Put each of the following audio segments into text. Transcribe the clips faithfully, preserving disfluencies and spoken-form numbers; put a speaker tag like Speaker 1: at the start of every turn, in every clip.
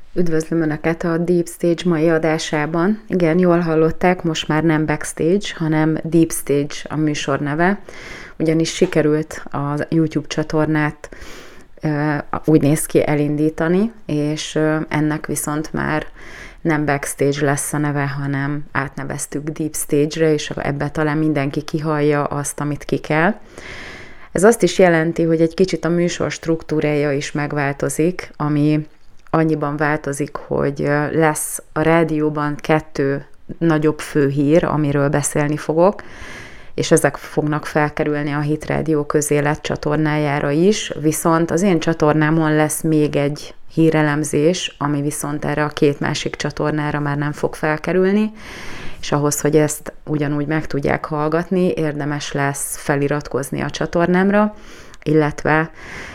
Speaker 1: Üdvözlöm Önöket a Deep Stage mai adásában. Igen, jól hallották, most már nem Backstage, hanem Deep Stage a műsor neve, ugyanis sikerült a YouTube csatornát úgy néz ki elindítani, és ennek viszont már nem Backstage lesz a neve, hanem átneveztük Deep Stage-re, és ebbe talán mindenki kihallja azt, amit ki kell. Ez azt is jelenti, hogy egy kicsit a műsor struktúrája is megváltozik, ami annyiban változik, hogy lesz a rádióban kettő nagyobb főhír, amiről beszélni fogok, és ezek fognak felkerülni a Hit Rádió közélet csatornájára is, viszont az én csatornámon lesz még egy hírelemzés, ami viszont erre a két másik csatornára már nem fog felkerülni, és ahhoz, hogy ezt ugyanúgy meg tudják hallgatni, érdemes lesz feliratkozni a csatornámra, illetve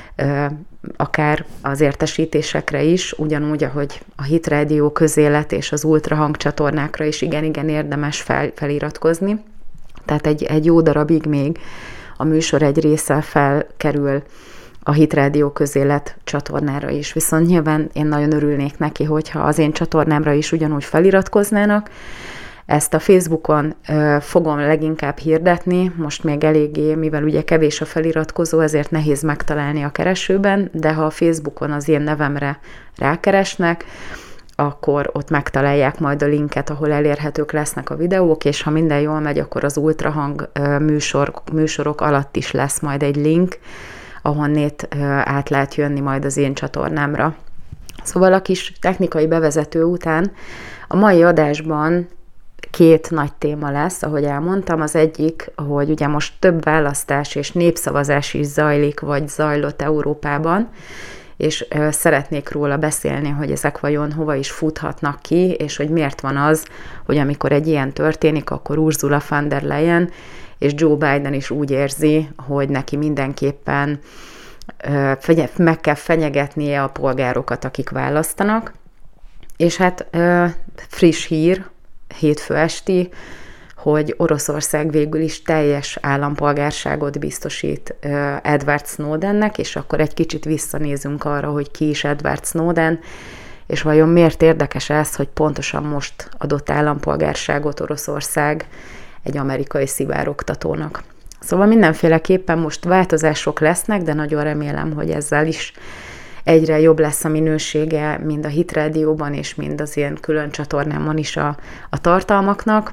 Speaker 1: akár az értesítésekre is, ugyanúgy, ahogy a Hit Rádió közélet és az ultrahang csatornákra is igen-igen érdemes fel, feliratkozni. Tehát egy, egy jó darabig még a műsor egy része felkerül a Hit Rádió közélet csatornára is. Viszont nyilván én nagyon örülnék neki, hogyha az én csatornámra is ugyanúgy feliratkoznának. Ezt a Facebookon ö, fogom leginkább hirdetni, most még eléggé, mivel ugye kevés a feliratkozó, ezért nehéz megtalálni a keresőben, de ha a Facebookon az én nevemre rákeresnek, akkor ott megtalálják majd a linket, ahol elérhetők lesznek a videók, és ha minden jól megy, akkor az ultrahang ö, műsor, műsorok alatt is lesz majd egy link, ahonnét ö, át lehet jönni majd az én csatornámra. Szóval a kis technikai bevezető után a mai adásban két nagy téma lesz, ahogy elmondtam. Az egyik, hogy ugye most több választás és népszavazás is zajlik, vagy zajlott Európában, és szeretnék róla beszélni, hogy ezek vajon hova is futhatnak ki, és hogy miért van az, hogy amikor egy ilyen történik, akkor Ursula von der Leyen és Joe Biden is úgy érzi, hogy neki mindenképpen meg kell fenyegetnie a polgárokat, akik választanak. És hát friss hír, hétfő esti, hogy Oroszország végül is teljes állampolgárságot biztosít Edward Snowdennek, és akkor egy kicsit visszanézünk arra, hogy ki is Edward Snowden, és vajon miért érdekes ez, hogy pontosan most adott állampolgárságot Oroszország egy amerikai szivárogtatónak. Szóval mindenféleképpen most változások lesznek, de nagyon remélem, hogy ezzel is egyre jobb lesz a minősége, mind a Hit Rádióban, és mind az ilyen külön csatornámon is a, a tartalmaknak,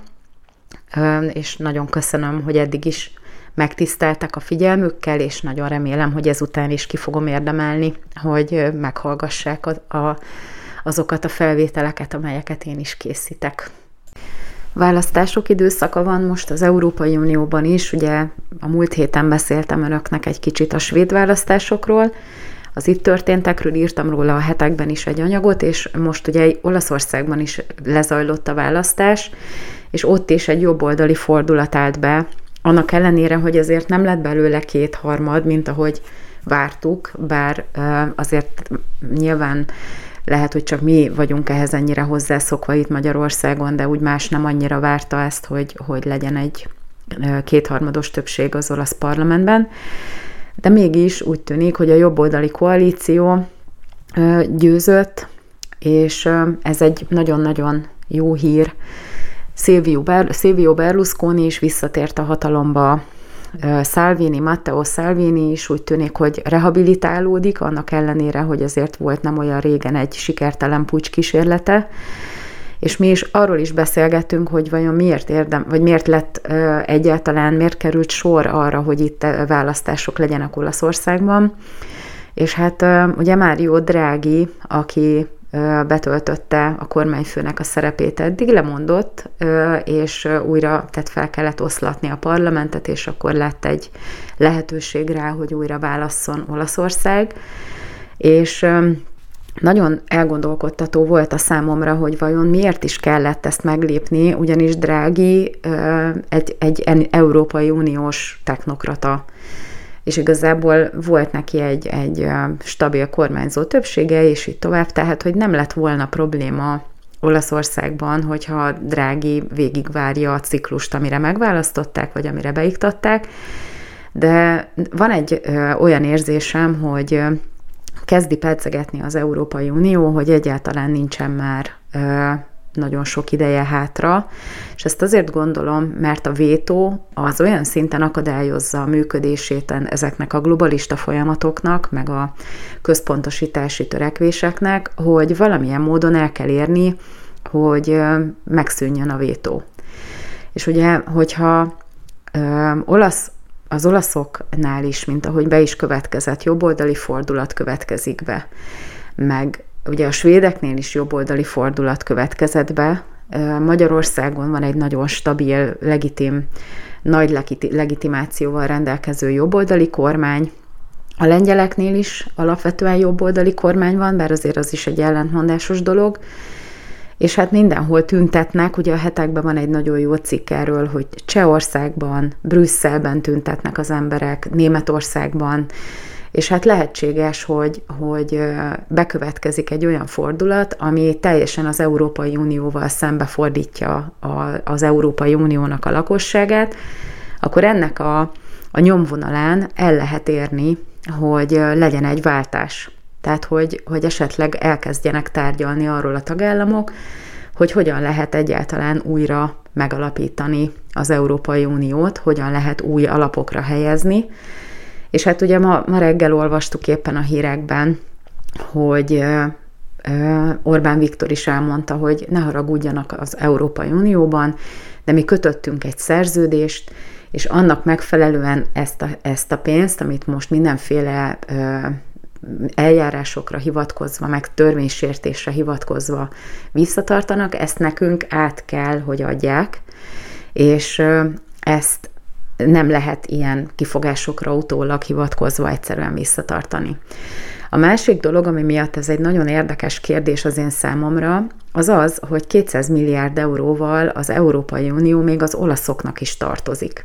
Speaker 1: és nagyon köszönöm, hogy eddig is megtiszteltek a figyelmükkel, és nagyon remélem, hogy ezután is ki fogom érdemelni, hogy meghallgassák a, a, azokat a felvételeket, amelyeket én is készítek. Választások időszaka van most az Európai Unióban is, ugye a múlt héten beszéltem önöknek egy kicsit a svéd választásokról, az itt történtekről írtam róla a hetekben is egy anyagot, és most ugye Olaszországban is lezajlott a választás, és ott is egy jobboldali fordulat állt be, annak ellenére, hogy azért nem lett belőle kétharmad, mint ahogy vártuk, bár azért nyilván lehet, hogy csak mi vagyunk ehhez ennyire hozzászokva itt Magyarországon, de úgy más nem annyira várta ezt, hogy, hogy legyen egy kétharmados többség az olasz parlamentben. De mégis úgy tűnik, hogy a jobboldali koalíció győzött, és ez egy nagyon-nagyon jó hír. Silvio Berlusconi is visszatért a hatalomba, Salvini, Matteo Salvini is úgy tűnik, hogy rehabilitálódik, annak ellenére, hogy azért volt nem olyan régen egy sikertelen puccs kísérlete, és mi is arról is beszélgettünk, hogy vajon miért érdem, vagy miért lett uh, egyáltalán, miért került sor arra, hogy itt választások legyenek Olaszországban. És hát uh, ugye Mario Draghi, aki uh, betöltötte a kormányfőnek a szerepét eddig, lemondott, uh, és uh, újra tehát fel kellett oszlatni a parlamentet, és akkor lett egy lehetőség rá, hogy újra válasszon Olaszország. És um, nagyon elgondolkodtató volt a számomra, hogy vajon miért is kellett ezt meglépni, ugyanis Draghi egy, egy Európai Uniós technokrata, és igazából volt neki egy, egy stabil kormányzó többsége, és így tovább, tehát hogy nem lett volna probléma Olaszországban, hogyha Draghi végigvárja a ciklust, amire megválasztották, vagy amire beiktatták, de van egy olyan érzésem, hogy kezdi pedzegetni az Európai Unió, hogy egyáltalán nincsen már nagyon sok ideje hátra, és ezt azért gondolom, mert a vétó az olyan szinten akadályozza a működését ezeknek a globalista folyamatoknak, meg a központosítási törekvéseknek, hogy valamilyen módon el kell érni, hogy megszűnjön a vétó. És ugye, hogyha ö, olasz, az olaszoknál is, mint ahogy be is következett, jobboldali fordulat következik be, meg ugye a svédeknél is jobboldali fordulat következett be. Magyarországon van egy nagyon stabil, legitim, nagy legitimációval rendelkező jobboldali kormány. A lengyeleknél is alapvetően jobboldali kormány van, bár azért az is egy ellentmondásos dolog. És hát mindenhol tüntetnek, ugye a hetekben van egy nagyon jó cikk erről, hogy Csehországban, Brüsszelben tüntetnek az emberek, Németországban, és hát lehetséges, hogy, hogy bekövetkezik egy olyan fordulat, ami teljesen az Európai Unióval szembefordítja az Európai Uniónak a lakosságát, akkor ennek a, a nyomvonalán el lehet érni, hogy legyen egy váltás. Tehát, hogy, hogy esetleg elkezdjenek tárgyalni arról a tagállamok, hogy hogyan lehet egyáltalán újra megalapítani az Európai Uniót, hogyan lehet új alapokra helyezni. És hát ugye ma, ma reggel olvastuk éppen a hírekben, hogy Orbán Viktor is elmondta, hogy ne haragudjanak az Európai Unióban, de mi kötöttünk egy szerződést, és annak megfelelően ezt a, ezt a pénzt, amit most mindenféle eljárásokra hivatkozva, meg törvénysértésre hivatkozva visszatartanak, ezt nekünk át kell, hogy adják, és ezt nem lehet ilyen kifogásokra utólag hivatkozva egyszerűen visszatartani. A másik dolog, ami miatt ez egy nagyon érdekes kérdés az én számomra, az az, hogy kétszáz milliárd euróval az Európai Unió még az olaszoknak is tartozik.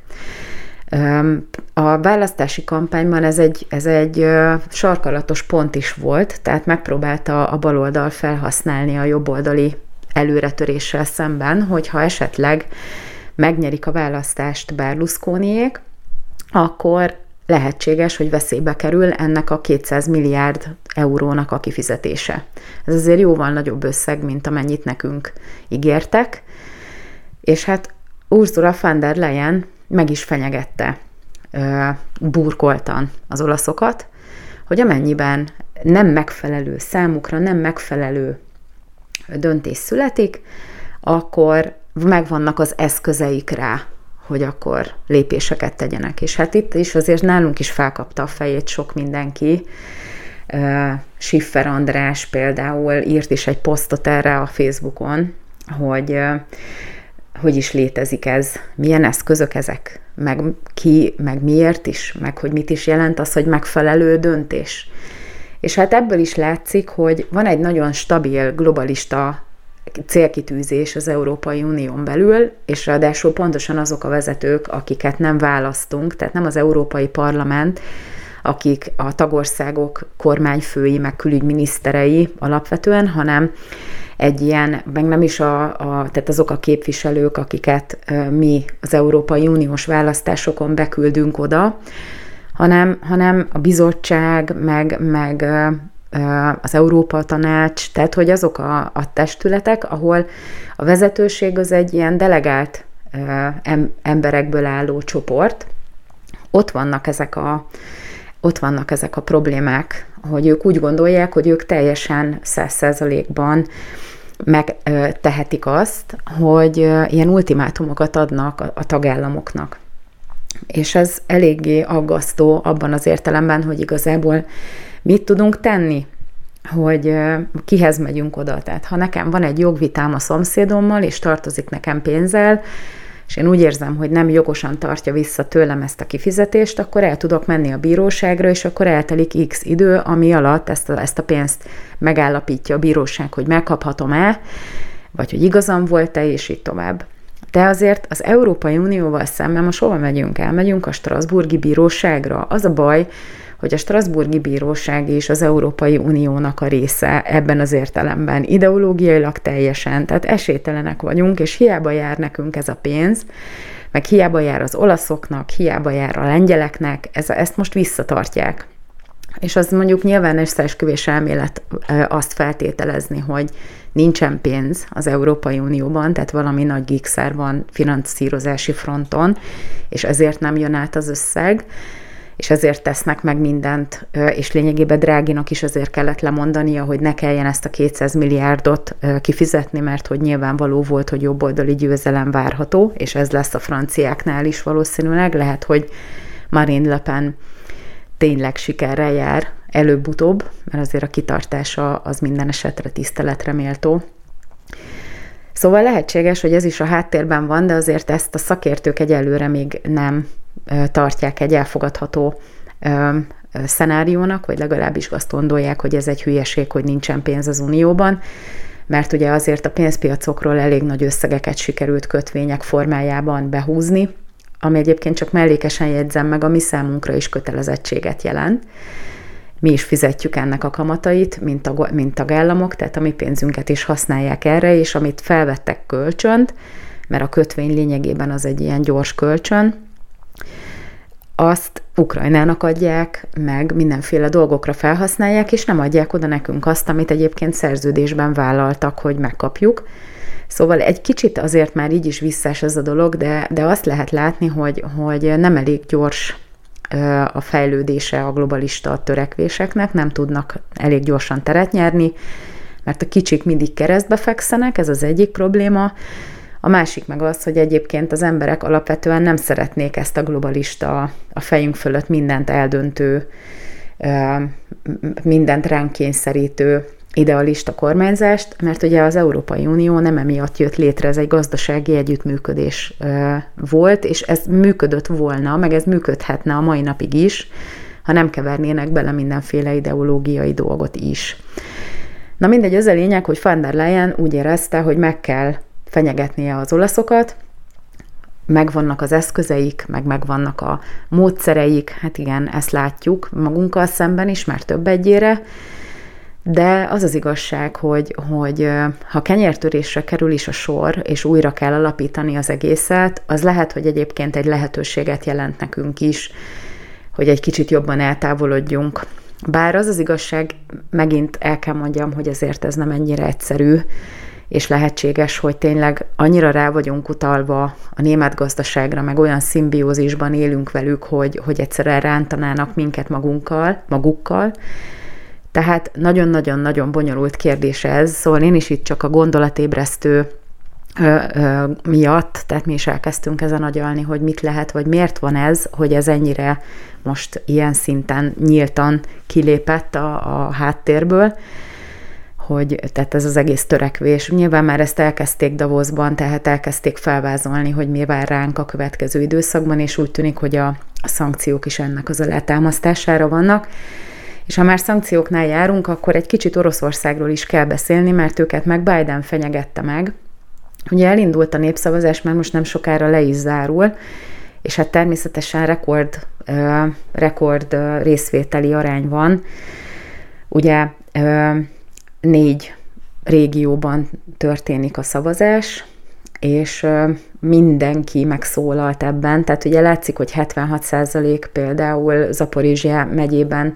Speaker 1: A választási kampányban ez egy, ez egy sarkalatos pont is volt, tehát megpróbálta a baloldal felhasználni a jobboldali előretöréssel szemben, hogyha esetleg megnyerik a választást Berlusconiék, akkor lehetséges, hogy veszélybe kerül ennek a kétszáz milliárd eurónak a kifizetése. Ez azért jóval nagyobb összeg, mint amennyit nekünk ígértek, és hát Ursula von der Leyen meg is fenyegette burkoltan az olaszokat, hogy amennyiben nem megfelelő számukra, nem megfelelő döntés születik, akkor megvannak az eszközeik rá, hogy akkor lépéseket tegyenek. És hát itt is azért nálunk is felkapta a fejét sok mindenki. Schiffer András például írt is egy posztot erre a Facebookon, hogy hogy is létezik ez, milyen eszközök ezek, meg ki, meg miért is, meg hogy mit is jelent az, hogy megfelelő döntés. És hát ebből is látszik, hogy van egy nagyon stabil, globalista célkitűzés az Európai Unión belül, és ráadásul pontosan azok a vezetők, akiket nem választunk, tehát nem az Európai Parlament, akik a tagországok kormányfői, meg külügyminiszterei alapvetően, hanem egy ilyen, meg nem is a, a, tehát azok a képviselők, akiket mi az Európai Uniós választásokon beküldünk oda, hanem, hanem a bizottság, meg, meg az Európa Tanács, tehát hogy azok a, a testületek, ahol a vezetőség az egy ilyen delegált em, emberekből álló csoport, ott vannak ezek a ott vannak ezek a problémák, hogy ők úgy gondolják, hogy ők teljesen száz százalékban megtehetik azt, hogy ilyen ultimátumokat adnak a tagállamoknak. És ez eléggé aggasztó abban az értelemben, hogy igazából mit tudunk tenni, hogy kihez megyünk oda. Tehát ha nekem van egy jogvitám a szomszédommal, és tartozik nekem pénzzel, és én úgy érzem, hogy nem jogosan tartja vissza tőlem ezt a kifizetést, akkor el tudok menni a bíróságra, és akkor eltelik X idő, ami alatt ezt a, ezt a pénzt megállapítja a bíróság, hogy megkaphatom-e, vagy hogy igazam volt-e, és így tovább. De azért az Európai Unióval szemben most hova megyünk el? Megyünk a Strasbourgi Bíróságra. Az a baj, hogy a Strasbourgi Bíróság is az Európai Uniónak a része ebben az értelemben, ideológiailag teljesen, tehát esélytelenek vagyunk, és hiába jár nekünk ez a pénz, meg hiába jár az olaszoknak, hiába jár a lengyeleknek, ez, ezt most visszatartják. És az mondjuk nyilván összeesküvés elmélet azt feltételezni, hogy nincsen pénz az Európai Unióban, tehát valami nagy gigszer van finanszírozási fronton, és ezért nem jön át az összeg, és ezért tesznek meg mindent, és lényegében Draghinak is azért kellett lemondania, hogy ne kelljen ezt a kétszáz milliárdot kifizetni, mert hogy nyilvánvaló volt, hogy jobboldali győzelem várható, és ez lesz a franciáknál is valószínűleg. Lehet, hogy Marine Le Pen tényleg sikerrel jár előbb-utóbb, mert azért a kitartása az minden esetre tiszteletre méltó. Szóval lehetséges, hogy ez is a háttérben van, de azért ezt a szakértők egyelőre még nem tartják egy elfogadható ö, ö, szenáriónak, vagy legalábbis azt gondolják, hogy ez egy hülyeség, hogy nincsen pénz az Unióban, mert ugye azért a pénzpiacokról elég nagy összegeket sikerült kötvények formájában behúzni, ami egyébként csak mellékesen jegyzem meg, a mi számunkra is kötelezettséget jelent. Mi is fizetjük ennek a kamatait, mint, a, mint tagállamok, tehát a mi pénzünket is használják erre, és amit felvettek kölcsönt, mert a kötvény lényegében az egy ilyen gyors kölcsön, azt Ukrajnának adják, meg mindenféle dolgokra felhasználják, és nem adják oda nekünk azt, amit egyébként szerződésben vállaltak, hogy megkapjuk. Szóval egy kicsit azért már így is visszás ez a dolog, de, de azt lehet látni, hogy, hogy nem elég gyors a fejlődése a globalista törekvéseknek, nem tudnak elég gyorsan teret nyerni, mert a kicsik mindig keresztbe fekszenek, ez az egyik probléma. A másik meg az, hogy egyébként az emberek alapvetően nem szeretnék ezt a globalista, a fejünk fölött mindent eldöntő, mindent ránk kényszerítő idealista kormányzást, mert ugye az Európai Unió nem emiatt jött létre, ez egy gazdasági együttműködés volt, és ez működött volna, meg ez működhetne a mai napig is, ha nem kevernének bele mindenféle ideológiai dolgot is. Na mindegy, az a lényeg, hogy von der Leyen úgy érezte, hogy meg kell fenyegetnie az olaszokat, megvannak az eszközeik, meg megvannak a módszereik, hát igen, ezt látjuk magunkkal szemben is, már több egyére, de az az igazság, hogy, hogy ha kenyértörésre kerül is a sor, és újra kell alapítani az egészet, az lehet, hogy egyébként egy lehetőséget jelent nekünk is, hogy egy kicsit jobban eltávolodjunk. Bár az az igazság, megint el kell mondjam, hogy azért ez nem ennyire egyszerű, és lehetséges, hogy tényleg annyira rá vagyunk utalva a német gazdaságra, meg olyan szimbiózisban élünk velük, hogy, hogy egyszerűen rántanának minket magunkkal, magukkal. Tehát nagyon-nagyon-nagyon bonyolult kérdés ez, szóval én is itt csak a gondolatébresztő ö, ö, miatt, tehát mi is elkezdtünk ezen agyalni, hogy mit lehet, vagy miért van ez, hogy ez ennyire most ilyen szinten nyíltan kilépett a, a háttérből, hogy tehát ez az egész törekvés. Nyilván már ezt elkezdték Davosban, tehát elkezdték felvázolni, hogy mi vár ránk a következő időszakban, és úgy tűnik, hogy a, a szankciók is ennek az alátámasztására vannak. És ha már szankcióknál járunk, akkor egy kicsit Oroszországról is kell beszélni, mert őket meg Biden fenyegette meg. Ugye elindult a népszavazás, mert most nem sokára le is zárul, és hát természetesen rekord, uh, rekord uh, részvételi arány van. Ugye uh, négy régióban történik a szavazás, és uh, mindenki megszólalt ebben. Tehát ugye látszik, hogy hetvenhat százalék például Zaporizsja megyében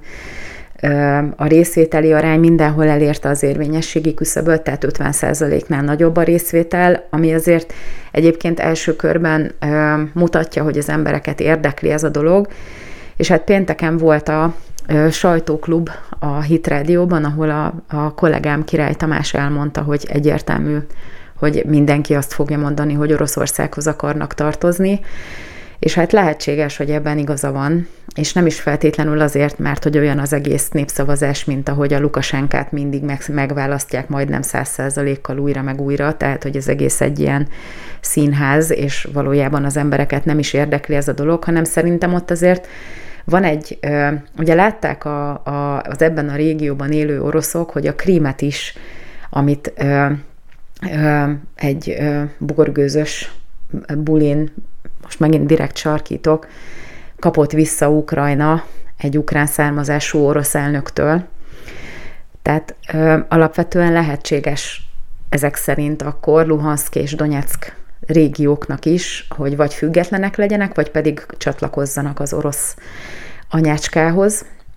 Speaker 1: a részvételi arány mindenhol elérte az érvényességi küszöböt, tehát ötven százaléknál nagyobb a részvétel, ami azért egyébként első körben mutatja, hogy az embereket érdekli ez a dolog, és hát pénteken volt a sajtóklub a Hit Rádióban, ahol a, a kollégám Király Tamás elmondta, hogy egyértelmű, hogy mindenki azt fogja mondani, hogy Oroszországhoz akarnak tartozni, és hát lehetséges, hogy ebben igaza van, és nem is feltétlenül azért, mert hogy olyan az egész népszavazás, mint ahogy a Lukasenkát mindig meg, megválasztják majdnem száz százalékkal újra meg újra, tehát hogy az egész egy ilyen színház, és valójában az embereket nem is érdekli ez a dolog, hanem szerintem ott azért van egy, ugye látták a, a, az ebben a régióban élő oroszok, hogy a Krímet is, amit ö, ö, egy ö, bukorgőzös bulin, most megint direkt sarkítok, kapott vissza Ukrajna egy ukrán származású orosz elnöktől. Tehát ö, alapvetően lehetséges ezek szerint akkor Luhanszk és Donyeck régióknak is, hogy vagy függetlenek legyenek, vagy pedig csatlakozzanak az orosz anyácskához.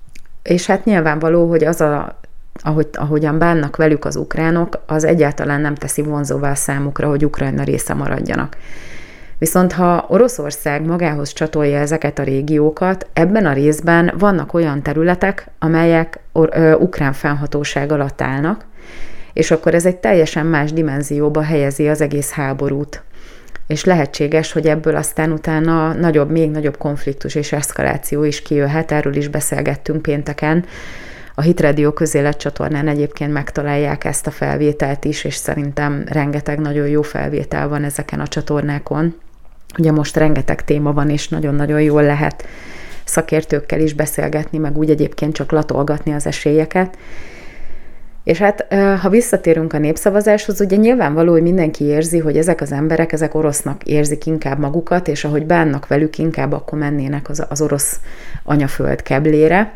Speaker 1: és hát nyilvánvaló, hogy az a Ahogy, ahogyan bánnak velük az ukránok, az egyáltalán nem teszi vonzóvá a számukra, hogy Ukrajna része maradjanak. Viszont ha Oroszország magához csatolja ezeket a régiókat, ebben a részben vannak olyan területek, amelyek ukrán fennhatóság alatt állnak, és akkor ez egy teljesen más dimenzióba helyezi az egész háborút. És lehetséges, hogy ebből aztán utána nagyobb, még nagyobb konfliktus és eszkaláció is kijöhet, erről is beszélgettünk pénteken. A Hit Radio közéletcsatornán egyébként megtalálják ezt a felvételt is, és szerintem rengeteg nagyon jó felvétel van ezeken a csatornákon. Ugye most rengeteg téma van, és nagyon-nagyon jól lehet szakértőkkel is beszélgetni, meg úgy egyébként csak latolgatni az esélyeket. És hát, ha visszatérünk a népszavazáshoz, ugye nyilvánvaló, hogy mindenki érzi, hogy ezek az emberek, ezek orosznak érzik inkább magukat, és ahogy bánnak velük, inkább akkor mennének az, az orosz anyaföld keblére.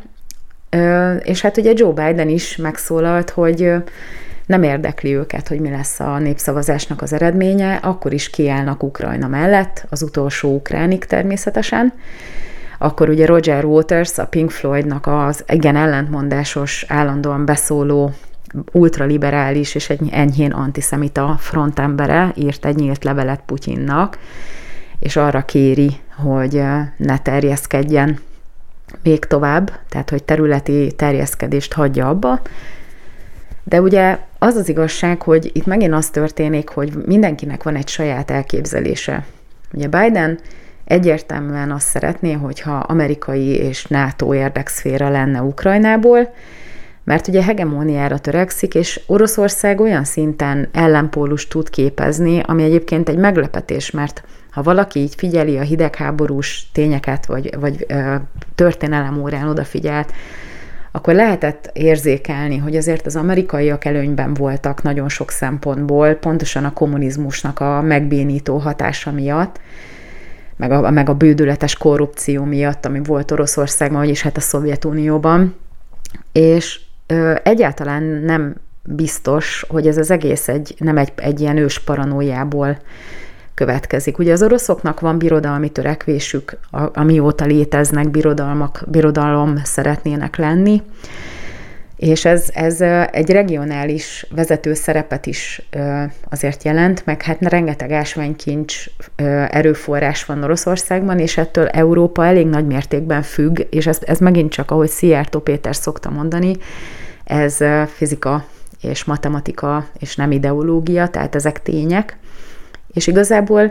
Speaker 1: És hát ugye Joe Biden is megszólalt, hogy nem érdekli őket, hogy mi lesz a népszavazásnak az eredménye, akkor is kiállnak Ukrajna mellett, az utolsó ukránig természetesen. Akkor ugye Roger Waters, a Pink Floydnak az igen ellentmondásos, állandóan beszóló, ultraliberális és egy enyhén antiszemita frontembere írt egy nyílt levelet Putyinnak, és arra kéri, hogy ne terjeszkedjen még tovább, tehát hogy területi terjeszkedést hagyja abba. De ugye az az igazság, hogy itt megint az történik, hogy mindenkinek van egy saját elképzelése. Ugye Biden egyértelműen azt szeretné, hogyha amerikai és NATO érdekszféra lenne Ukrajnából, mert ugye hegemóniára törekszik, és Oroszország olyan szinten ellenpólust tud képezni, ami egyébként egy meglepetés, mert ha valaki így figyeli a hidegháborús tényeket, vagy, vagy ö, történelem órán odafigyelt, akkor lehetett érzékelni, hogy azért az amerikaiak előnyben voltak nagyon sok szempontból, pontosan a kommunizmusnak a megbénító hatása miatt, meg a, meg a bődületes korrupció miatt, ami volt Oroszországban, vagyis hát a Szovjetunióban, és ö, egyáltalán nem biztos, hogy ez az egész egy, nem egy, egy ilyen ős paranoiából következik. Ugye az oroszoknak van birodalmi törekvésük, amióta léteznek birodalmak, birodalom szeretnének lenni, és ez, ez egy regionális vezető szerepet is azért jelent, meg hát rengeteg ásványkincs erőforrás van Oroszországban, és ettől Európa elég nagy mértékben függ, és ez, ez megint csak, ahogy Szijjártó Péter szokta mondani, ez fizika és matematika, és nem ideológia, tehát ezek tények. És igazából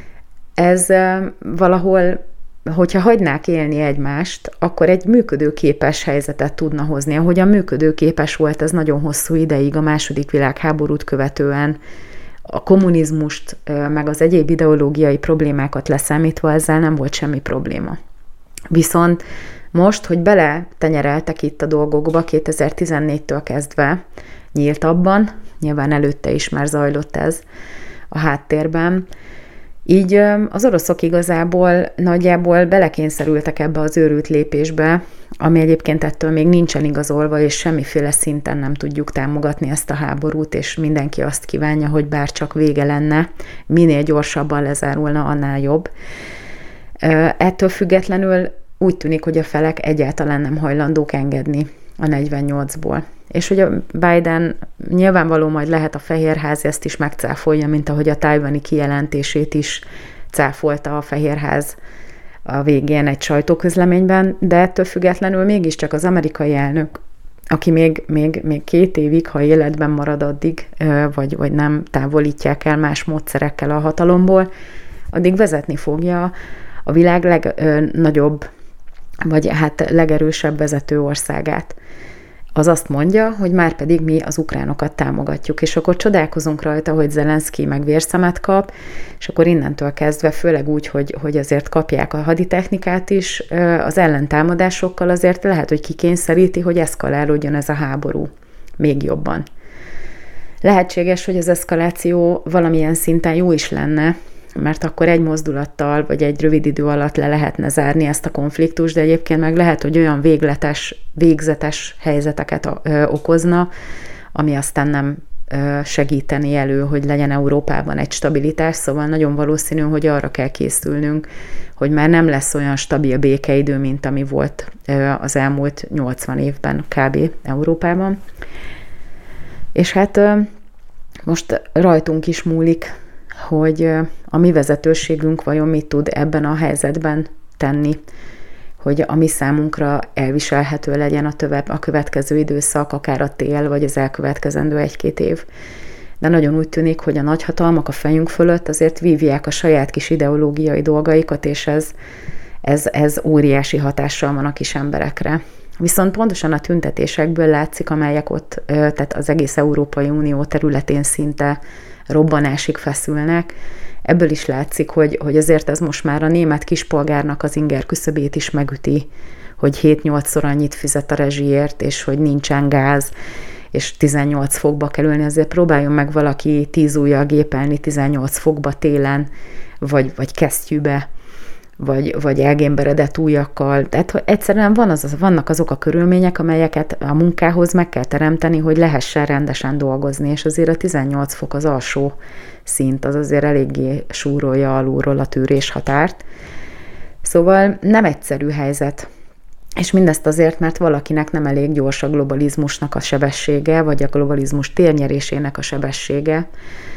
Speaker 1: ez valahol, hogyha hagynák élni egymást, akkor egy működőképes helyzetet tudna hozni. Ahogyan működőképes volt ez nagyon hosszú ideig a második világháborút követően, a kommunizmust, meg az egyéb ideológiai problémákat leszámítva, ezzel nem volt semmi probléma. Viszont most, hogy beletenyereltek itt a dolgokba kétezer-tizennégytől kezdve nyíltabban, nyilván előtte is már zajlott ez a háttérben, így az oroszok igazából nagyjából belekényszerültek ebbe az őrült lépésbe, ami egyébként ettől még nincsen igazolva, és semmiféle szinten nem tudjuk támogatni ezt a háborút, és mindenki azt kívánja, hogy bárcsak vége lenne, minél gyorsabban lezárulna, annál jobb. Ettől függetlenül úgy tűnik, hogy a felek egyáltalán nem hajlandók engedni a negyvennyolcból. És hogy a Biden nyilvánvaló majd lehet a Fehérház ezt is megcáfolja, mint ahogy a tajvani kijelentését is cáfolta a Fehérház a végén egy sajtóközleményben, de ettől függetlenül mégiscsak az amerikai elnök, aki még, még, még két évig, ha életben marad addig, vagy, vagy nem távolítják el más módszerekkel a hatalomból, addig vezetni fogja a világ legnagyobb, vagy hát legerősebb vezető országát. Az azt mondja, hogy már pedig mi az ukránokat támogatjuk, és akkor csodálkozunk rajta, hogy Zelenszkij meg vérszemet kap, és akkor innentől kezdve, főleg úgy, hogy, hogy azért kapják a haditechnikát is, az ellentámadásokkal azért lehet, hogy kikényszeríti, hogy eszkalálódjon ez a háború még jobban. Lehetséges, hogy az eszkaláció valamilyen szinten jó is lenne, mert akkor egy mozdulattal, vagy egy rövid idő alatt le lehetne zárni ezt a konfliktust, de egyébként meg lehet, hogy olyan végletes, végzetes helyzeteket ö, okozna, ami aztán nem segíteni elő, hogy legyen Európában egy stabilitás, szóval nagyon valószínű, hogy arra kell készülnünk, hogy már nem lesz olyan stabil békeidő, mint ami volt az elmúlt nyolcvan évben kb. Európában. És hát most rajtunk is múlik, hogy a mi vezetőségünk vajon mit tud ebben a helyzetben tenni, hogy a mi számunkra elviselhető legyen a, tövebb, a következő időszak, akár a tél, vagy az elkövetkezendő egy-két év. De nagyon úgy tűnik, hogy a nagyhatalmak a fejünk fölött azért vívják a saját kis ideológiai dolgaikat, és ez, ez, ez óriási hatással van a kis emberekre. Viszont pontosan a tüntetésekből látszik, amelyek ott, tehát az egész Európai Unió területén szinte robbanásig feszülnek, ebből is látszik, hogy, hogy azért ez most már a német kispolgárnak az inger küszöbét is megüti, hogy hét-nyolcszor annyit fizet a rezsiért, és hogy nincsen gáz, és tizennyolc fokba kell ülni. Azért próbáljon meg valaki tíz ujjal gépelni tizennyolc fokba télen, vagy, vagy kesztyűbe, vagy, vagy elgémberedett ujjakkal. Tehát hogy egyszerűen van az, vannak azok a körülmények, amelyeket a munkához meg kell teremteni, hogy lehessen rendesen dolgozni, és azért a tizennyolc fok az alsó szint, az azért eléggé súrolja alulról a tűrés határt. Szóval nem egyszerű helyzet. És mindezt azért, mert valakinek nem elég gyors a globalizmusnak a sebessége, vagy a globalizmus térnyerésének a sebessége,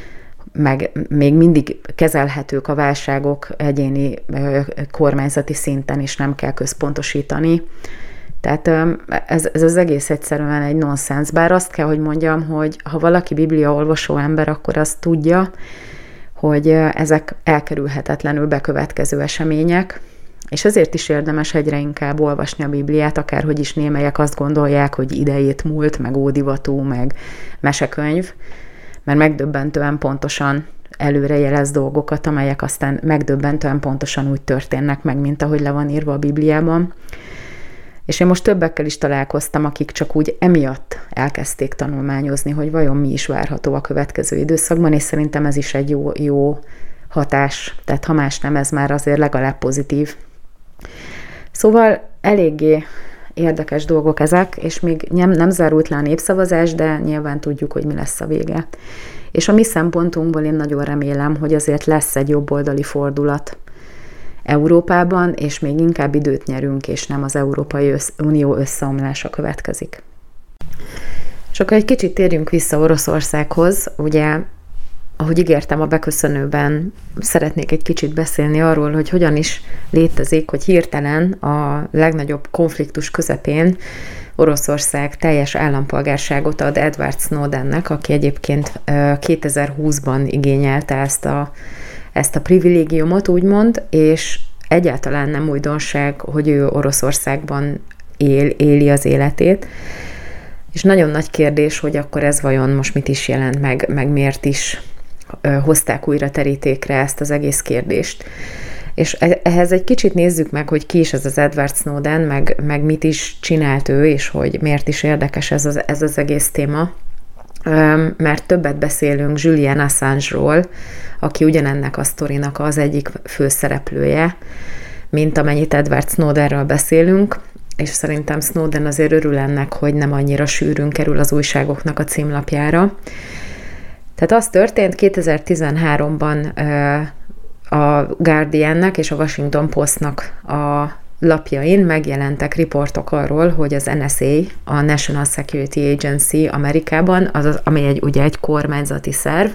Speaker 1: meg még mindig kezelhetők a válságok egyéni kormányzati szinten is, nem kell központosítani. Tehát ez, ez az egész egyszerűen egy nonsens. Bár azt kell, hogy mondjam, hogy ha valaki bibliaolvasó ember, akkor azt tudja, hogy ezek elkerülhetetlenül bekövetkező események, és ezért is érdemes egyre inkább olvasni a Bibliát, akárhogy is némelyek azt gondolják, hogy idejét múlt, meg ódivatú, meg mesekönyv, mert megdöbbentően pontosan előrejelez dolgokat, amelyek aztán megdöbbentően pontosan úgy történnek meg, mint ahogy le van írva a Bibliában. És én most többekkel is találkoztam, akik csak úgy emiatt elkezdték tanulmányozni, hogy vajon mi is várható a következő időszakban, és szerintem ez is egy jó, jó hatás. Tehát ha más nem, ez már azért legalább pozitív. Szóval eléggé érdekes dolgok ezek, és még nem, nem zárult le a népszavazás, de nyilván tudjuk, hogy mi lesz a vége. És a mi szempontunkból én nagyon remélem, hogy azért lesz egy jobboldali fordulat Európában, és még inkább időt nyerünk, és nem az Európai Unió összeomlása következik. És akkor egy kicsit térjünk vissza Oroszországhoz. Ugye, ahogy ígértem a beköszönőben, szeretnék egy kicsit beszélni arról, hogy hogyan is létezik, hogy hirtelen a legnagyobb konfliktus közepén Oroszország teljes állampolgárságot ad Edward Snowdennek, aki egyébként kétezer-húszban igényelte ezt a, ezt a privilégiumot, úgymond, és egyáltalán nem újdonság, hogy ő Oroszországban él, éli az életét. És nagyon nagy kérdés, hogy akkor ez vajon most mit is jelent, meg, meg miért is hozták újra terítékre ezt az egész kérdést. És ehhez egy kicsit nézzük meg, hogy ki is ez az Edward Snowden, meg, meg mit is csinált ő, és hogy miért is érdekes ez az, ez az egész téma. Mert többet beszélünk Julian Assange-ról, aki ugyanennek a sztorinak az egyik főszereplője, mint amennyit Edward Snowdenről beszélünk, és szerintem Snowden azért örül ennek, hogy nem annyira sűrűn kerül az újságoknak a címlapjára. Tehát az történt kétezer-tizenháromban a Guardiannek és a Washington Postnak a lapjain megjelentek riportok arról, hogy az N S A, a National Security Agency Amerikában, az, amely egy, ugye egy kormányzati szerv,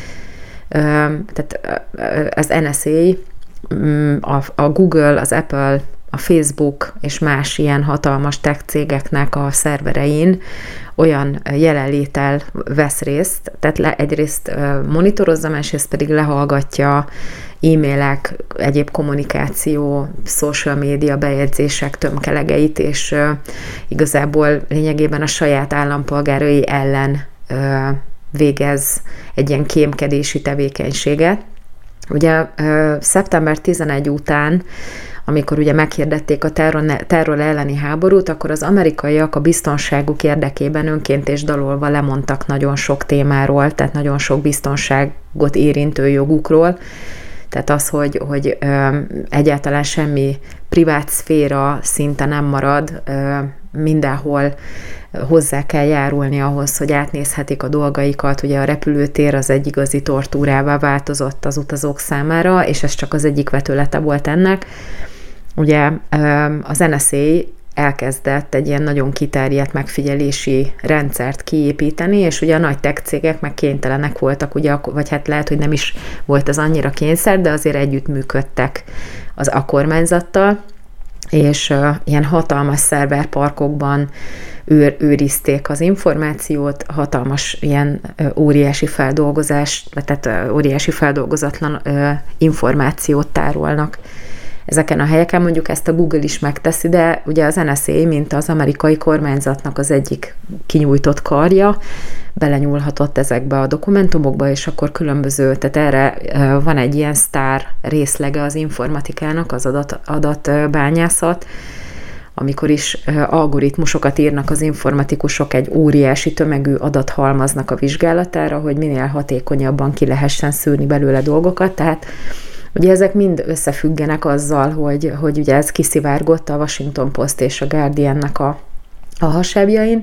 Speaker 1: tehát az N S A, a, a Google, az Apple, a Facebook és más ilyen hatalmas tech cégeknek a szerverein olyan jelenléttel vesz részt, tehát le, egyrészt monitorozza, másrészt pedig lehallgatja e-mailek, egyéb kommunikáció, social média bejegyzések tömkelegeit, és uh, igazából lényegében a saját állampolgárai ellen uh, végez egy ilyen kémkedési tevékenységet. Ugye uh, szeptember tizenegy után, amikor ugye meghirdették a terror, terror elleni háborút, akkor az amerikaiak a biztonságuk érdekében önként és dalolva lemondtak nagyon sok témáról, tehát nagyon sok biztonságot érintő jogukról. Tehát az, hogy, hogy ö, egyáltalán semmi privát szféra szinte nem marad, ö, mindenhol hozzá kell járulni ahhoz, hogy átnézhetik a dolgaikat. Ugye a repülőtér az egy igazi tortúrává változott az utazók számára, és ez csak az egyik vetülete volt ennek. Ugye az en es á elkezdett egy ilyen nagyon kiterjedt megfigyelési rendszert kiépíteni, és ugye a nagy tech cégek meg kénytelenek voltak, ugye, vagy hát lehet, hogy nem is volt ez annyira kényszer, de azért együttműködtek az a kormányzattal, és uh, ilyen hatalmas szerverparkokban őr, őrizték az információt, hatalmas ilyen uh, óriási feldolgozás, tehát uh, óriási feldolgozatlan uh, információt tárolnak ezeken a helyeken. Mondjuk ezt a Google is megteszi, de ugye az en es á, mint az amerikai kormányzatnak az egyik kinyújtott karja, belenyúlhatott ezekbe a dokumentumokba, és akkor különböző, tehát erre van egy ilyen sztár részlege az informatikának, az adat, adatbányászat, amikor is algoritmusokat írnak az informatikusok egy óriási tömegű adathalmaznak a vizsgálatára, hogy minél hatékonyabban ki lehessen szűrni belőle dolgokat, tehát ugye ezek mind összefüggenek azzal, hogy, hogy ugye ez kiszivárgott a Washington Post és a Guardiannek a, a hasábjain,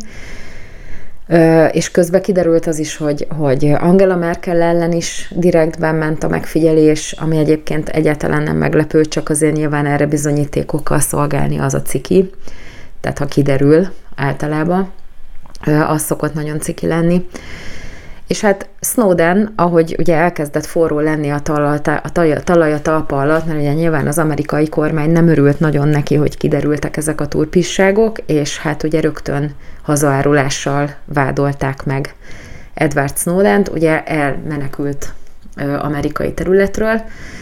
Speaker 1: és közben kiderült az is, hogy, hogy Angela Merkel ellen is direktben ment a megfigyelés, ami egyébként egyáltalán nem meglepő, csak azért nyilván erre bizonyítékokkal szolgálni az a ciki, tehát ha kiderül általában, az szokott nagyon ciki lenni. És hát Snowden, ahogy ugye elkezdett forró lenni a talaj a, talaj a talpa alatt, mert ugye nyilván az amerikai kormány nem örült nagyon neki, hogy kiderültek ezek a turpisságok, és hát ugye rögtön hazaárulással vádolták meg Edward Snowdent, ugye elmenekült ö, amerikai területről,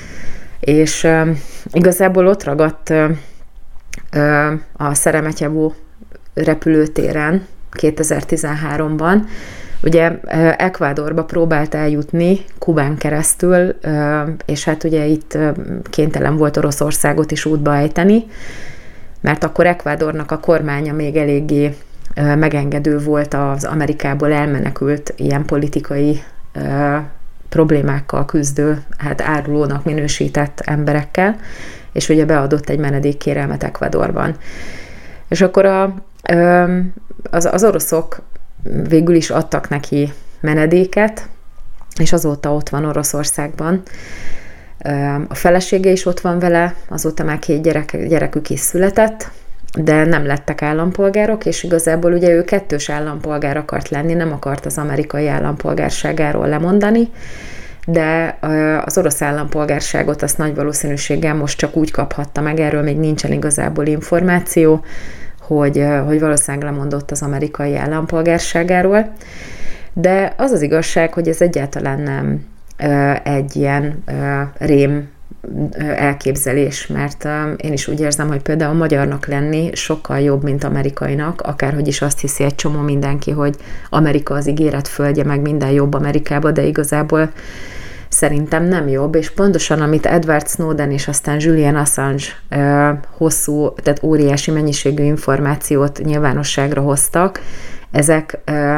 Speaker 1: és ö, igazából ott ragadt ö, ö, a Szeremetyevo repülőtéren kétezer-tizenháromban, ugye Ecuadorba próbált eljutni Kubán keresztül, és hát ugye itt kénytelen volt Oroszországot is útba ejteni, mert akkor Ecuadornak a kormánya még eléggé megengedő volt az Amerikából elmenekült ilyen politikai problémákkal küzdő, hát árulónak minősített emberekkel, és ugye beadott egy menedékkérelmet Ecuadorban. És akkor a, az, az oroszok végül is adtak neki menedéket, és azóta ott van Oroszországban. A felesége is ott van vele, azóta már két gyerek, gyerekük is született, de nem lettek állampolgárok, és igazából ugye ő kettős állampolgár akart lenni, nem akart az amerikai állampolgárságáról lemondani, de az orosz állampolgárságot azt nagy valószínűséggel most csak úgy kaphatta meg, erről még nincsen igazából információ, hogy, hogy valószínűleg lemondott az amerikai állampolgárságáról. De az az igazság, hogy ez egyáltalán nem egy ilyen rém elképzelés, mert én is úgy érzem, hogy például magyarnak lenni sokkal jobb, mint amerikainak, akárhogy is azt hiszi egy csomó mindenki, hogy Amerika az ígéret földje, meg minden jobb Amerikába, de igazából szerintem nem jobb, és pontosan amit Edward Snowden és aztán Julian Assange hosszú, tehát óriási mennyiségű információt nyilvánosságra hoztak, ezek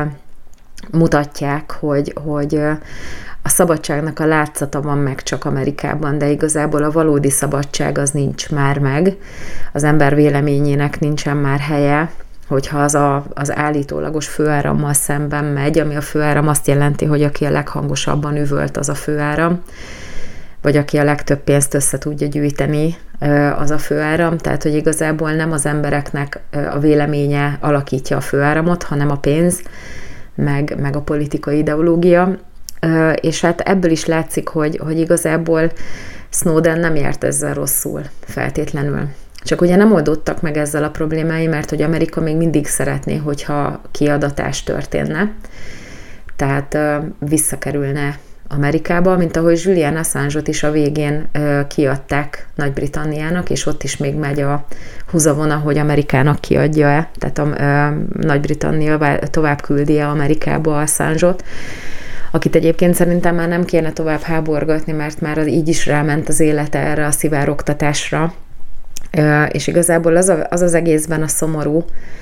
Speaker 1: mutatják, hogy, hogy a szabadságnak a látszata van meg csak Amerikában, de igazából a valódi szabadság az nincs már meg. Az ember véleményének nincsen már helye, hogyha az a, az állítólagos főárammal szemben megy, ami a főáram azt jelenti, hogy aki a leghangosabban üvölt, az a főáram, vagy aki a legtöbb pénzt össze tudja gyűjteni, az a főáram. Tehát, hogy igazából nem az embereknek a véleménye alakítja a főáramot, hanem a pénz, meg, meg a politikai ideológia. És hát ebből is látszik, hogy, hogy igazából Snowden nem járt ezzel rosszul feltétlenül. Csak ugye nem oldottak meg ezzel a problémái, mert hogy Amerika még mindig szeretné, hogyha kiadatás történne, tehát visszakerülne Amerikába, mint ahogy Julian Assange-ot is a végén kiadták Nagy-Britanniának, és ott is még megy a húzavona, hogy Amerikának kiadja-e, tehát a Nagy-Britannia tovább küldi-e Amerikába Assange-ot, akit egyébként szerintem már nem kéne tovább háborgatni, mert már így is ráment az élete erre a szivárogtatásra. És igazából az, a, az az egészben a szomorú,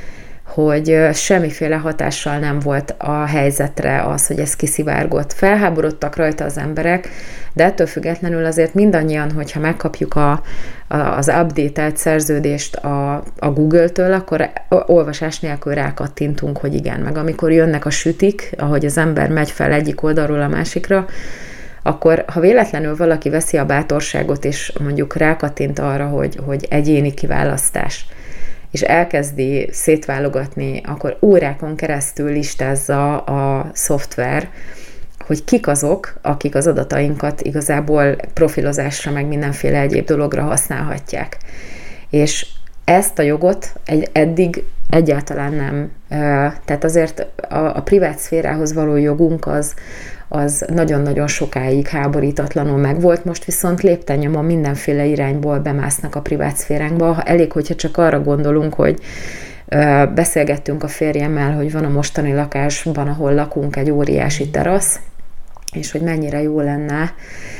Speaker 1: hogy semmiféle hatással nem volt a helyzetre az, hogy ez kiszivárgott. Felháborodtak rajta az emberek, de ettől függetlenül azért mindannyian, hogyha megkapjuk a, a, az update-elt szerződést a, a Google-től, akkor olvasás nélkül rákattintunk, hogy igen. Meg amikor jönnek a sütik, ahogy az ember megy fel egyik oldalról a másikra, akkor ha véletlenül valaki veszi a bátorságot, és mondjuk rákattint arra, hogy, hogy egyéni kiválasztás, és elkezdi szétválogatni, akkor órákon keresztül listázza a szoftver, hogy kik azok, akik az adatainkat igazából profilozásra, meg mindenféle egyéb dologra használhatják. És ezt a jogot egy, eddig egyáltalán nem. Tehát azért a, a privát szférához való jogunk az, az nagyon-nagyon sokáig háborítatlanul megvolt, most viszont lépten nyomon mindenféle irányból bemásznak a privát szféránkba. Elég, hogyha csak arra gondolunk, hogy beszélgettünk a férjemmel, hogy van a mostani lakásban, ahol lakunk, egy óriási terasz, és hogy mennyire jó lenne,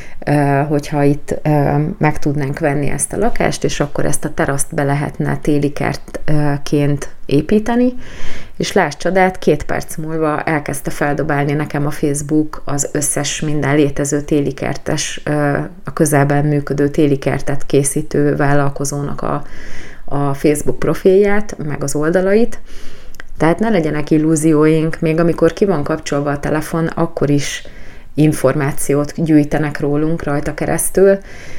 Speaker 1: hogyha itt meg tudnánk venni ezt a lakást, és akkor ezt a teraszt be lehetne téli kertként építeni, és láss csodát, két perc múlva elkezdte feldobálni nekem a Facebook az összes minden létező téli kertes, a közelben működő téli kertet készítő vállalkozónak a, a Facebook profilját, meg az oldalait. Tehát ne legyenek illúzióink, még amikor ki van kapcsolva a telefon, akkor is információt gyűjtenek rólunk rajta keresztül.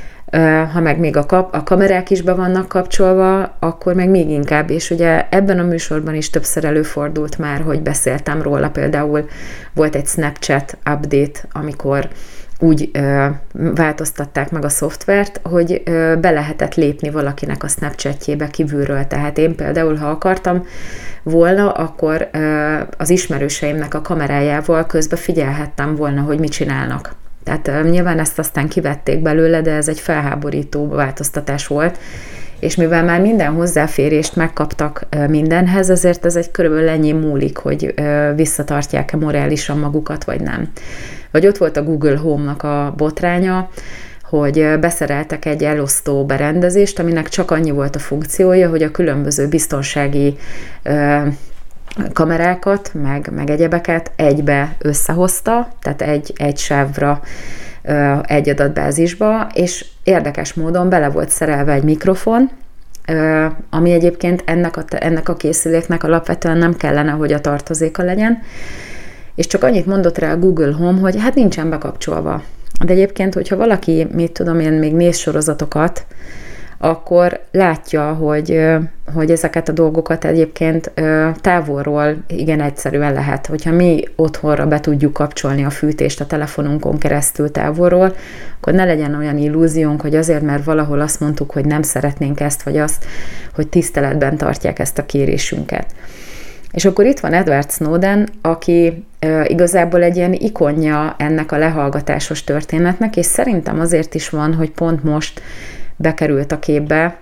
Speaker 1: Ha meg még a, kap, a kamerák is be vannak kapcsolva, akkor meg még inkább, és ugye ebben a műsorban is többször előfordult már, hogy beszéltem róla, például volt egy Snapchat update, amikor úgy ö, változtatták meg a szoftvert, hogy ö, be lehetett lépni valakinek a Snapchatjébe kívülről. Tehát én például, ha akartam volna, akkor ö, az ismerőseimnek a kamerájával közben figyelhettem volna, hogy mit csinálnak. Tehát ö, nyilván ezt aztán kivették belőle, de ez egy felháborító változtatás volt, és mivel már minden hozzáférést megkaptak ö, mindenhez, ezért ez egy körülbelül ennyi múlik, hogy ö, visszatartják-e morálisan magukat, vagy nem. Vagy ott volt a Google Home-nak a botránya, hogy beszereltek egy elosztó berendezést, aminek csak annyi volt a funkciója, hogy a különböző biztonsági ö, kamerákat, meg, meg egyebeket egybe összehozta, tehát egy, egy sávra, ö, egy adatbázisba, és érdekes módon bele volt szerelve egy mikrofon, ö, ami egyébként ennek a, ennek a készüléknek alapvetően nem kellene, hogy a tartozéka legyen, és csak annyit mondott rá a Google Home, hogy hát nincsen bekapcsolva. De egyébként, hogyha valaki, mit tudom én, még néz sorozatokat, akkor látja, hogy, hogy ezeket a dolgokat egyébként távolról igen egyszerűen lehet. Hogyha mi otthonra be tudjuk kapcsolni a fűtést a telefonunkon keresztül távolról, akkor ne legyen olyan illúziónk, hogy azért, mert valahol azt mondtuk, hogy nem szeretnénk ezt, vagy azt, hogy tiszteletben tartják ezt a kérésünket. És akkor itt van Edward Snowden, aki e, igazából egy ilyen ikonja ennek a lehallgatásos történetnek, és szerintem azért is van, hogy pont most bekerült a képbe,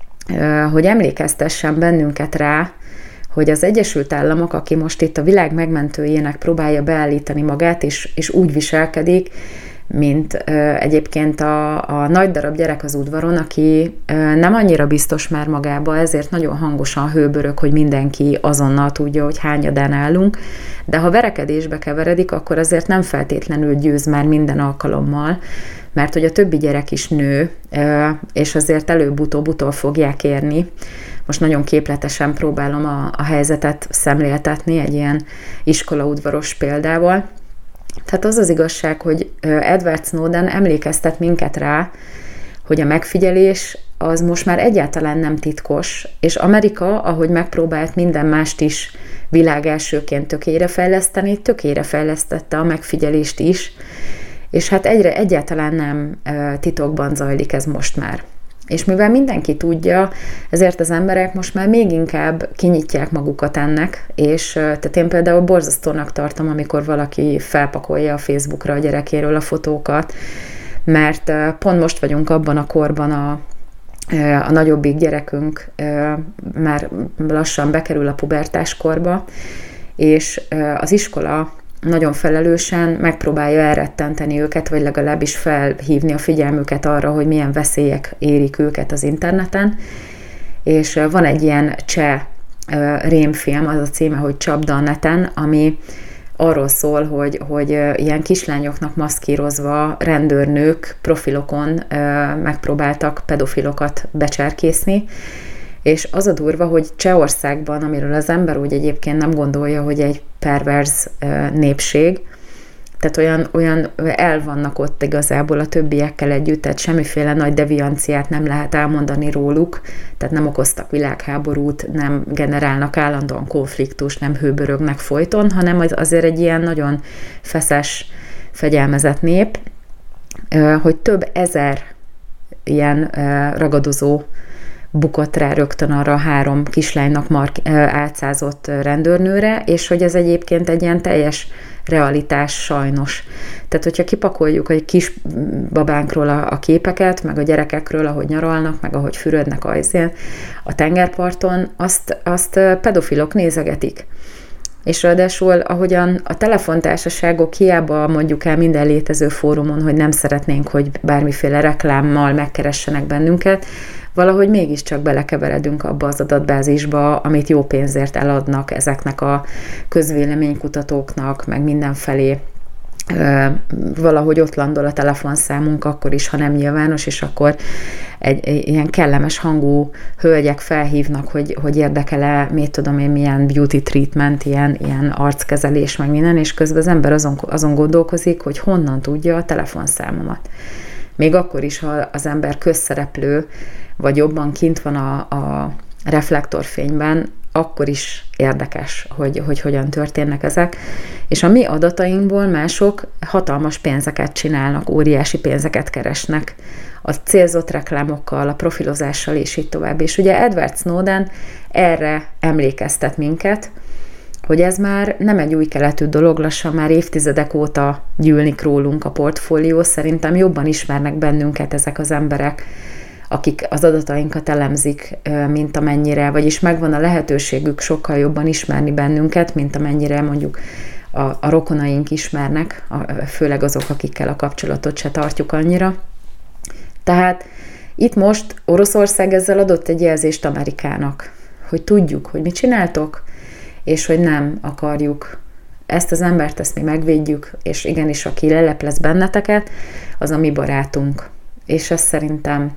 Speaker 1: e, hogy emlékeztessen bennünket rá, hogy az Egyesült Államok, aki most itt a világ megmentőjének próbálja beállítani magát, és, és úgy viselkedik, mint ö, egyébként a, a nagy darab gyerek az udvaron, aki ö, nem annyira biztos már magába, ezért nagyon hangosan hőbörög, hogy mindenki azonnal tudja, hogy hányadán állunk, de ha verekedésbe keveredik, akkor azért nem feltétlenül győz már minden alkalommal, mert hogy a többi gyerek is nő, ö, és azért előbb-utóbb utol fogják érni. Most nagyon képletesen próbálom a, a helyzetet szemléltetni egy ilyen iskolaudvaros példával. Tehát az az igazság, hogy Edward Snowden emlékeztet minket rá, hogy a megfigyelés az most már egyáltalán nem titkos, és Amerika, ahogy megpróbált minden mást is világ elsőként tökére fejleszteni, tökére fejlesztette a megfigyelést is, és hát egyre egyáltalán nem titokban zajlik ez most már. És mivel mindenki tudja, ezért az emberek most már még inkább kinyitják magukat ennek, és tehát én például borzasztónak tartom, amikor valaki felpakolja a Facebookra a gyerekéről a fotókat, mert pont most vagyunk abban a korban, a, a nagyobbik gyerekünk már lassan bekerül a pubertáskorba, és az iskola nagyon felelősen megpróbálja elrettenteni őket, vagy legalábbis felhívni a figyelmüket arra, hogy milyen veszélyek érik őket az interneten. És van egy ilyen cseh rémfilm, az a címe, hogy Csapda a neten, ami arról szól, hogy, hogy ilyen kislányoknak maszkírozva rendőrnők profilokon megpróbáltak pedofilokat becserkészni, és az a durva, hogy Csehországban, amiről az ember úgy egyébként nem gondolja, hogy egy perverz népség, tehát olyan, olyan el vannak ott igazából a többiekkel együtt, tehát semmiféle nagy devianciát nem lehet elmondani róluk, tehát nem okoztak világháborút, nem generálnak állandóan konfliktust, nem hőbörögnek folyton, hanem az azért egy ilyen nagyon feszes, fegyelmezett nép, hogy több ezer ilyen ragadozó bukott rá rögtön arra a három kislánynak mark- álcázott rendőrnőre, és hogy ez egyébként egy ilyen teljes realitás sajnos. Tehát, hogyha kipakoljuk egy kis babánkról a, a képeket, meg a gyerekekről, ahogy nyaralnak, meg ahogy fürödnek ajzén a tengerparton, azt, azt pedofilok nézegetik. És ráadásul, ahogyan a telefontársaságok hiába mondjuk el minden létező fórumon, hogy nem szeretnénk, hogy bármiféle reklámmal megkeressenek bennünket, valahogy mégiscsak belekeveredünk abba az adatbázisba, amit jó pénzért eladnak ezeknek a közvéleménykutatóknak, meg mindenfelé. Valahogy ott landol a telefonszámunk akkor is, ha nem nyilvános, és akkor egy, egy ilyen kellemes hangú hölgyek felhívnak, hogy, hogy érdekel-e, mit tudom én, milyen beauty treatment, ilyen, ilyen arckezelés, meg minden, és közben az ember azon, azon gondolkozik, hogy honnan tudja a telefonszámomat. Még akkor is, ha az ember közszereplő, vagy jobban kint van a, a reflektorfényben, akkor is érdekes, hogy, hogy hogyan történnek ezek. És a mi adatainkból mások hatalmas pénzeket csinálnak, óriási pénzeket keresnek a célzott reklámokkal, a profilozással, és így tovább. És ugye Edward Snowden erre emlékeztet minket, hogy ez már nem egy új keletű dolog, lassan már évtizedek óta gyűlnik rólunk a portfólió, szerintem jobban ismernek bennünket ezek az emberek, akik az adatainkat elemzik, mint amennyire, vagyis megvan a lehetőségük sokkal jobban ismerni bennünket, mint amennyire mondjuk a, a rokonaink ismernek, a, főleg azok, akikkel a kapcsolatot se tartjuk annyira. Tehát itt most Oroszország ezzel adott egy jelzést Amerikának, hogy tudjuk, hogy mit csináltok, és hogy nem akarjuk ezt az embert, ezt mi megvédjük, és igenis, aki leleplez benneteket, az a mi barátunk. És ez szerintem,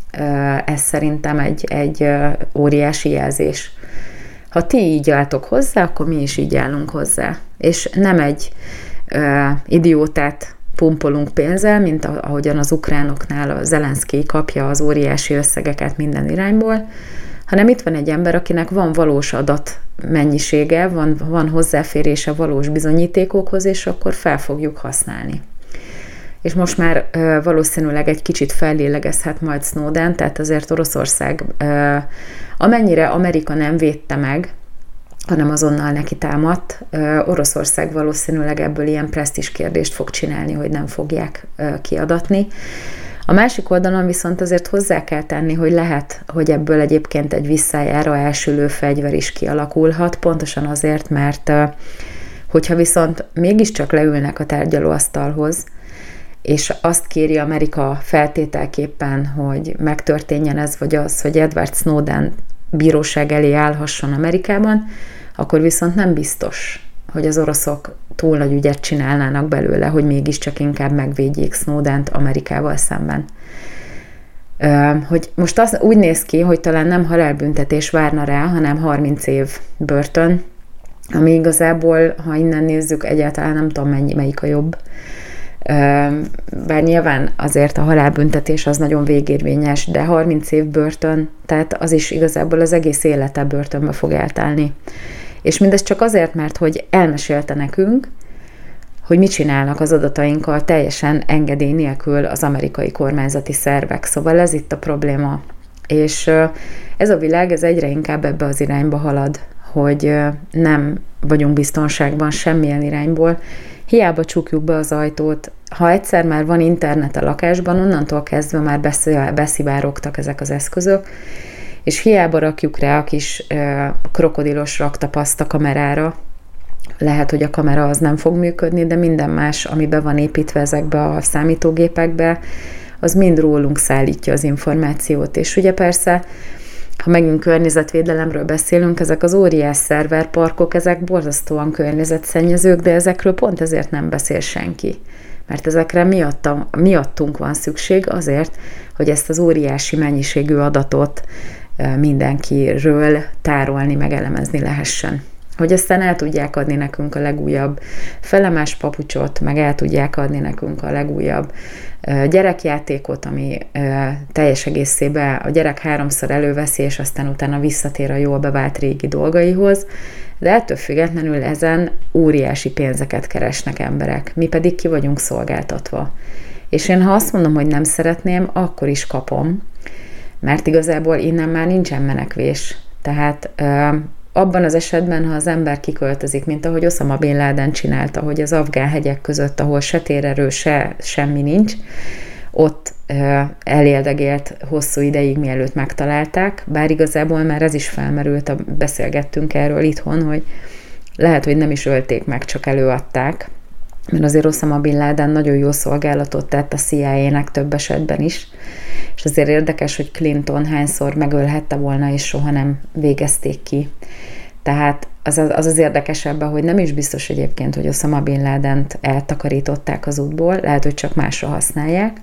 Speaker 1: ez szerintem egy, egy óriási jelzés. Ha ti így álltok hozzá, akkor mi is így állunk hozzá. És nem egy uh, idiótát pumpolunk pénzzel, mint ahogyan az ukránoknál a Zelenszkij kapja az óriási összegeket minden irányból, hanem itt van egy ember, akinek van valós adat mennyisége, van, van hozzáférése valós bizonyítékokhoz, és akkor fel fogjuk használni. És most már uh, valószínűleg egy kicsit fellélegezhet majd Snowden, tehát azért Oroszország, uh, amennyire Amerika nem védte meg, hanem azonnal neki támadt, uh, Oroszország valószínűleg ebből ilyen presztízs kérdést fog csinálni, hogy nem fogják uh, kiadatni. A másik oldalon viszont azért hozzá kell tenni, hogy lehet, hogy ebből egyébként egy visszájára elsülő fegyver is kialakulhat, pontosan azért, mert hogyha viszont mégiscsak leülnek a tárgyalóasztalhoz, és azt kéri Amerika feltételképpen, hogy megtörténjen ez vagy az, hogy Edward Snowden bíróság elé állhasson Amerikában, akkor viszont nem biztos, hogy az oroszok túl nagy ügyet csinálnának belőle, hogy mégiscsak inkább megvédjék Snowdent Amerikával szemben. Hogy most az úgy néz ki, hogy talán nem halálbüntetés várna rá, hanem harminc év börtön, ami igazából, ha innen nézzük, egyáltalán nem tudom mennyi, melyik a jobb. Bár nyilván azért a halálbüntetés az nagyon végérvényes, de harminc év börtön, tehát az is igazából az egész élete börtönbe fog eltelni. És mindez csak azért, mert hogy elmesélte nekünk, hogy mit csinálnak az adatainkkal teljesen engedély nélkül az amerikai kormányzati szervek. Szóval ez itt a probléma. És ez a világ, ez egyre inkább ebbe az irányba halad, hogy nem vagyunk biztonságban semmilyen irányból. Hiába csukjuk be az ajtót, ha egyszer már van internet a lakásban, onnantól kezdve már beszivárogtak ezek az eszközök, és hiába rakjuk rá a kis uh, krokodilos raktapaszt a kamerára, lehet, hogy a kamera az nem fog működni, de minden más, ami be van építve ezekbe a számítógépekbe, az mind rólunk szállítja az információt. És ugye persze, Ha megint környezetvédelemről beszélünk, ezek az óriás szerverparkok, ezek borzasztóan környezetszennyezők, de ezekről pont ezért nem beszél senki. Mert ezekre miattam, miattunk van szükség azért, hogy ezt az óriási mennyiségű adatot mindenkiről tárolni, meg elemezni lehessen. Hogy aztán el tudják adni nekünk a legújabb felemás papucsot, meg el tudják adni nekünk a legújabb gyerekjátékot, ami teljes egészében a gyerek háromszor előveszi, és aztán utána visszatér a jól bevált régi dolgaihoz, de ettől függetlenül ezen óriási pénzeket keresnek emberek, mi pedig ki vagyunk szolgáltatva. És én ha azt mondom, hogy nem szeretném, akkor is kapom, mert igazából innen már nincsen menekvés. Tehát abban az esetben, ha az ember kiköltözik, mint ahogy Osama Bin Laden csinálta, hogy az afgán hegyek között, ahol se térerő, se semmi nincs, ott eléldegélt hosszú ideig, mielőtt megtalálták, bár igazából már ez is felmerült, beszélgettünk erről itthon, hogy lehet, hogy nem is ölték meg, csak előadták, mert azért Osama Bin Laden nagyon jó szolgálatot tett a C I A-nek több esetben is, és azért érdekes, hogy Clinton hányszor megölhette volna, és soha nem végezték ki. Tehát az az, az, az érdekesebb, hogy nem is biztos egyébként, hogy Osama Bin Ladent eltakarították az útból, lehet, hogy csak másra használják,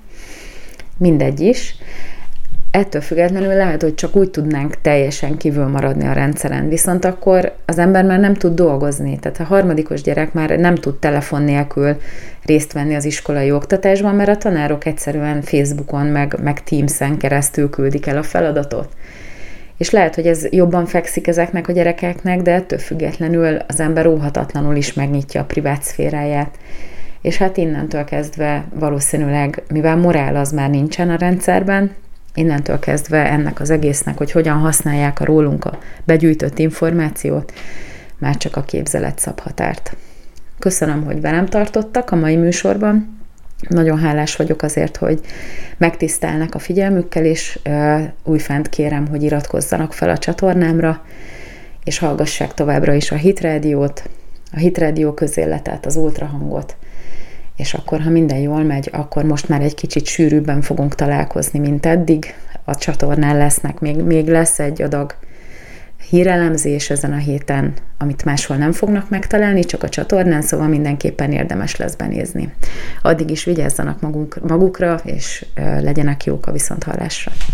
Speaker 1: mindegy is. Ettől függetlenül lehet, hogy csak úgy tudnánk teljesen kívül maradni a rendszeren, viszont akkor az ember már nem tud dolgozni. Tehát a harmadikos gyerek már nem tud telefon nélkül részt venni az iskolai oktatásban, mert a tanárok egyszerűen Facebookon, meg, meg Teams-en keresztül küldik el a feladatot. És lehet, hogy ez jobban fekszik ezeknek a gyerekeknek, de ettől függetlenül az ember óhatatlanul is megnyitja a privát szféráját. És hát innentől kezdve valószínűleg, mivel morál az már nincsen a rendszerben, innentől kezdve ennek az egésznek, hogy hogyan használják a rólunk a begyűjtött információt, már csak a képzelet szab határt. Köszönöm, hogy velem tartottak a mai műsorban. Nagyon hálás vagyok azért, hogy megtisztelnek a figyelmükkel, és újfent kérem, hogy iratkozzanak fel a csatornámra, és hallgassák továbbra is a Hit Rádiót, a Hit Rádió közéletet, az ultrahangot, és akkor, ha minden jól megy, akkor most már egy kicsit sűrűbben fogunk találkozni, mint eddig. A csatornán lesznek, még, még lesz egy adag hírelemzés ezen a héten, amit máshol nem fognak megtalálni, csak a csatornán, szóval mindenképpen érdemes lesz benézni. Addig is vigyázzanak magunk, magukra, és legyenek jók a viszonthallásra.